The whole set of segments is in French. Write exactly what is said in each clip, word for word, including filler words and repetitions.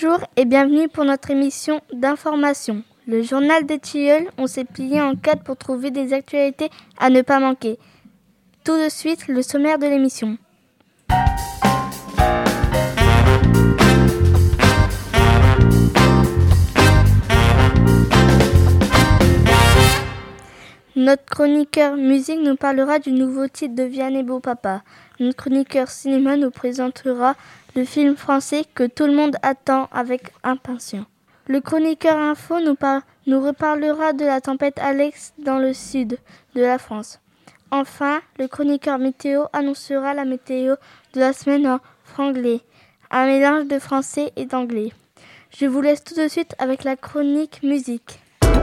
Bonjour et bienvenue pour notre émission d'information. Le journal des Tilleuls, on s'est plié en quatre pour trouver des actualités à ne pas manquer. Tout de suite, le sommaire de l'émission. Notre chroniqueur musique nous parlera du nouveau titre de Vianney Beau Papa. Notre chroniqueur cinéma nous présentera le film français que tout le monde attend avec impatience. Le chroniqueur info nous, par... nous reparlera de la tempête Alex dans le sud de la France. Enfin, le chroniqueur météo annoncera la météo de la semaine en franglais, un mélange de français et d'anglais. Je vous laisse tout de suite avec la chronique musique.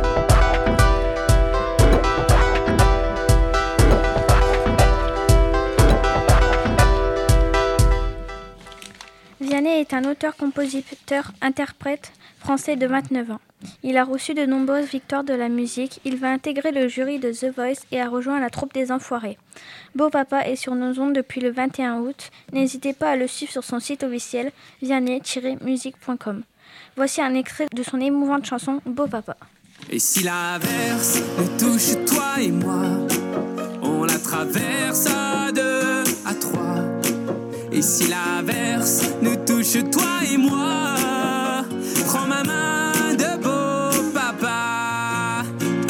Vianney est un auteur-compositeur-interprète français de vingt-neuf ans. Il a reçu de nombreuses victoires de la musique. Il va intégrer le jury de The Voice et a rejoint la troupe des Enfoirés. Beau Papa est sur nos ondes depuis le vingt et un août. N'hésitez pas à le suivre sur son site officiel vianney tiret musique point com. Voici un extrait de son émouvante chanson Beau Papa. Et si l'averse nous touche toi et moi, on la traverse à deux, à trois. Et si l'averse nous touche toi et moi, prends ma main de beau papa.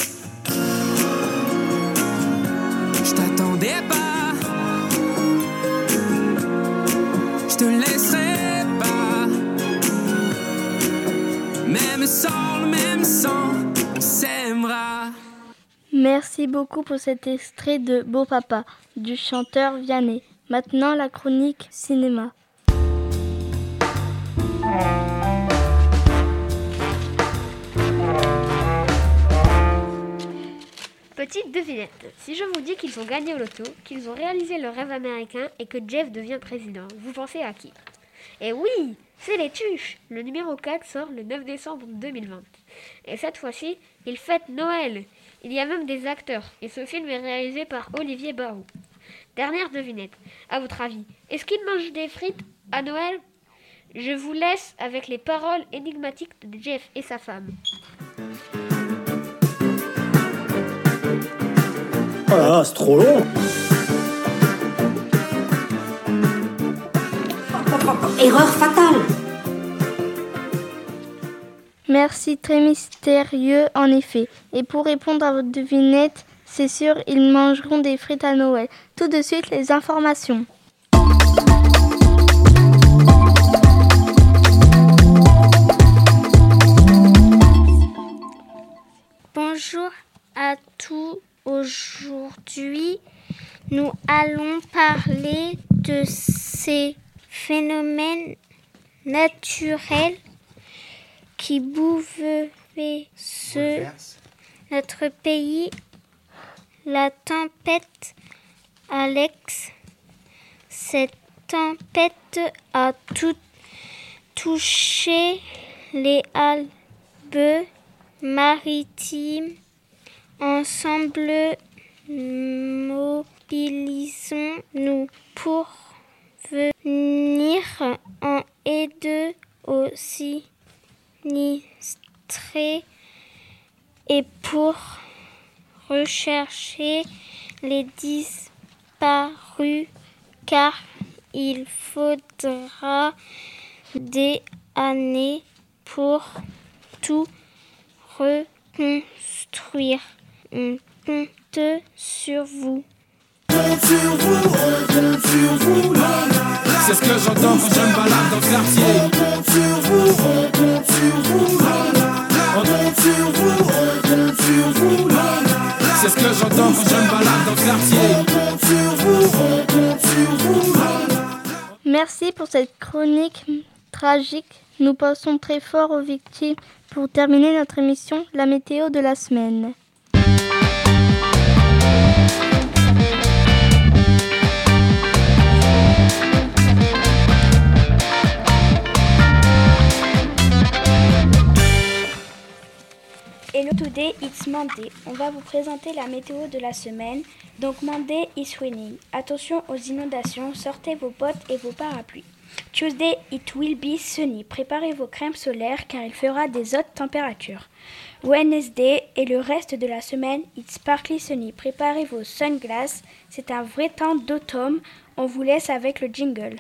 Je t'attendais pas, je te laisserai pas. Même sans le même sang, on s'aimera. Merci beaucoup pour cet extrait de Beau Papa du chanteur Vianney. Maintenant, la chronique cinéma. Petite devinette, si je vous dis qu'ils ont gagné au loto, qu'ils ont réalisé leur rêve américain et que Jeff devient président, vous pensez à qui? Eh oui, c'est les Tuches. Le numéro quatre sort le neuf décembre deux mille vingt. Et cette fois-ci, ils fêtent Noël. Il y a même des acteurs. Et ce film est réalisé par Olivier Barou. Dernière devinette, à votre avis, est-ce qu'ils mangent des frites à Noël? Je vous laisse avec les paroles énigmatiques de Jeff et sa femme. Oh là là, c'est trop long. Erreur fatale. Merci, très mystérieux en effet. Et pour répondre à votre devinette, c'est sûr, ils mangeront des frites à Noël. Tout de suite, les informations. Bonjour à tous. Aujourd'hui, nous allons parler de ces phénomènes naturels qui bouleversent notre pays. La tempête Alex. Cette tempête a tout touché les Alpes maritimes. Ensemble, mobilisons-nous pour venir en aide aux sinistrés et pour rechercher les disparus, car il faudra des années pour tout reconstruire. On compte sur vous. Compte sur vous, on compte sur vous, là, là, là. C'est ce que j'entends quand je me balade dans le quartier. On compte sur vous, on compte sur vous, là, là, là. On compte sur vous, on compte sur vous, là, là, là. C'est ce que j'entends quand je me balade dans le quartier. On compte sur vous, on compte sur vous, là, là, là. Merci pour cette chronique tragique. Nous pensons très fort aux victimes. Pour terminer notre émission, la météo de la semaine. Hello Today, it's Monday. On va vous présenter la météo de la semaine. Donc Monday is raining. Attention aux inondations, sortez vos bottes et vos parapluies. Tuesday, it will be sunny. Préparez vos crèmes solaires car il fera des hautes températures. Wednesday et le reste de la semaine, it's sparkly sunny. Préparez vos sunglasses. C'est un vrai temps d'automne. On vous laisse avec le jingle.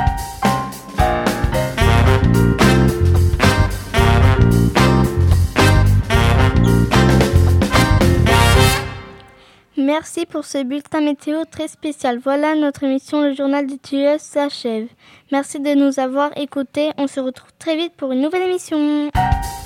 Merci pour ce bulletin météo très spécial. Voilà, notre émission Le Journal des Tueuses s'achève. Merci de nous avoir écoutés. On se retrouve très vite pour une nouvelle émission.